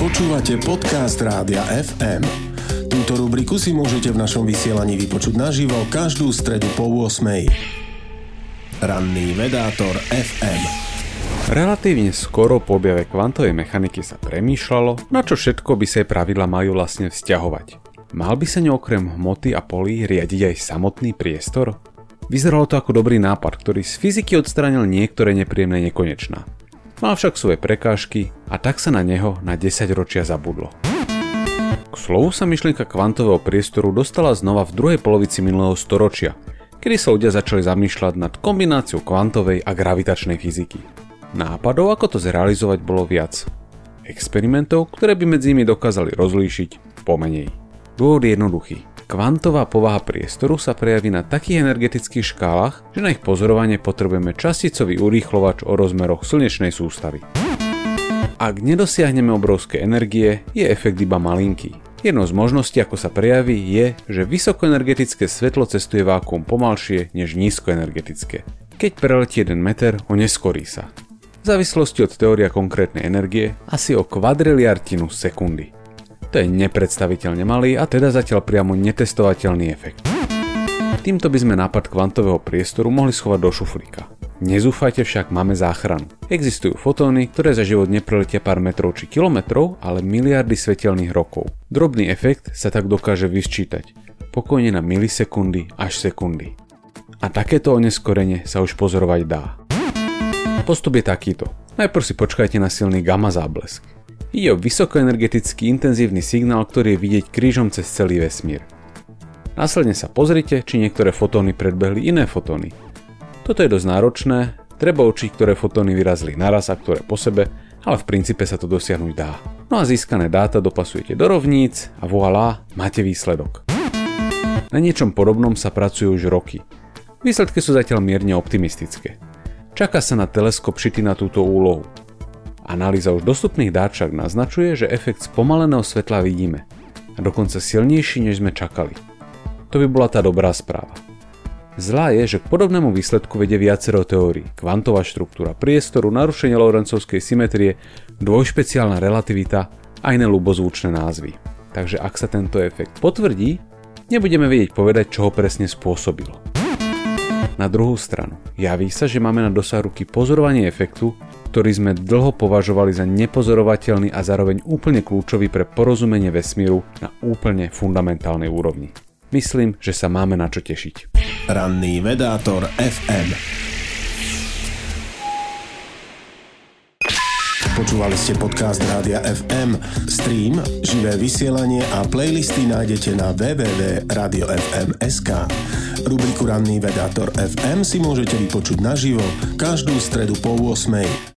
Počúvate podcast Rádia FM. Túto rubriku si môžete v našom vysielaní vypočuť naživo každú stredu po 8:00. Ranný vedátor FM. Relatívne skoro po objave kvantovej mechaniky sa premýšľalo, na čo všetko by sa jej pravidla majú vlastne vzťahovať. Mal by sa ňou okrem hmoty a polí riadiť aj samotný priestor? Vyzeralo to ako dobrý nápad, ktorý z fyziky odstránil niektoré nepríjemné nekonečná. Mal však svoje prekážky a tak sa na neho na 10 ročia zabudlo. K slovu sa myšlienka kvantového priestoru dostala znova v druhej polovici minulého storočia, kedy sa ľudia začali zamýšľať nad kombináciou kvantovej a gravitačnej fyziky. Nápadov, ako to zrealizovať, bolo viac. Experimentov, ktoré by medzi nimi dokázali rozlíšiť, pomenej. Dôvod je jednoduchý. Kvantová povaha priestoru sa prejaví na takých energetických škálach, že na ich pozorovanie potrebujeme časticový urýchlovač o rozmeroch slnečnej sústavy. Ak nedosiahneme obrovské energie, je efekt iba malinký. Jednou z možností, ako sa prejaví, je, že vysokoenergetické svetlo cestuje vákuum pomalšie než nízkoenergetické. Keď preletí 1 meter, oneskorí sa. V závislosti od teória konkrétnej energie asi o kvadriliartinu sekundy. To je nepredstaviteľne malý a teda zatiaľ priamo netestovateľný efekt. Týmto by sme nápad kvantového priestoru mohli schovať do šuflíka. Nezúfajte však, máme záchranu. Existujú fotóny, ktoré za život nepreletia pár metrov či kilometrov, ale miliardy svetelných rokov. Drobný efekt sa tak dokáže vysčítať. Pokojne na milisekundy až sekundy. A takéto oneskorenie sa už pozorovať dá. Postup je takýto. Najprv si počkajte na silný gamma záblesk. Ide o vysokoenergetický intenzívny signál, ktorý je vidieť krížom cez celý vesmír. Následne sa pozrite, či niektoré fotóny predbehli iné fotóny. Toto je dosť náročné, treba učiť, ktoré fotóny vyrazili naraz a ktoré po sebe, ale v princípe sa to dosiahnuť dá. No a získané dáta dopasujete do rovníc a voilà, máte výsledok. Na niečom podobnom sa pracuje už roky. Výsledky sú zatiaľ mierne optimistické. Čaká sa na teleskop šitý na túto úlohu. Analýza už dostupných dát však naznačuje, že efekt spomaleného svetla vidíme. A dokonca silnejší, než sme čakali. To by bola tá dobrá správa. Zlá je, že k podobnému výsledku vedie viacero teórií. Kvantová štruktúra priestoru, narušenie Lorenzovskej symetrie, dvojšpeciálna relativita a iné ľubozvučné názvy. Takže ak sa tento efekt potvrdí, nebudeme vedieť povedať, čo ho presne spôsobilo. Na druhú stranu, javí sa, že máme na dosah ruky pozorovanie efektu, ktorý sme dlho považovali za nepozorovateľný a zároveň úplne kľúčový pre porozumenie vesmíru na úplne fundamentálnej úrovni. Myslím, že sa máme na čo tešiť. Ranný vedátor FM. Počúvali ste podcast Rádia FM. Stream, živé vysielanie a playlisty nájdete na www.radiofm.sk. Rubriku Ranný vedátor FM si môžete vypočuť naživo každú stredu po 8:00.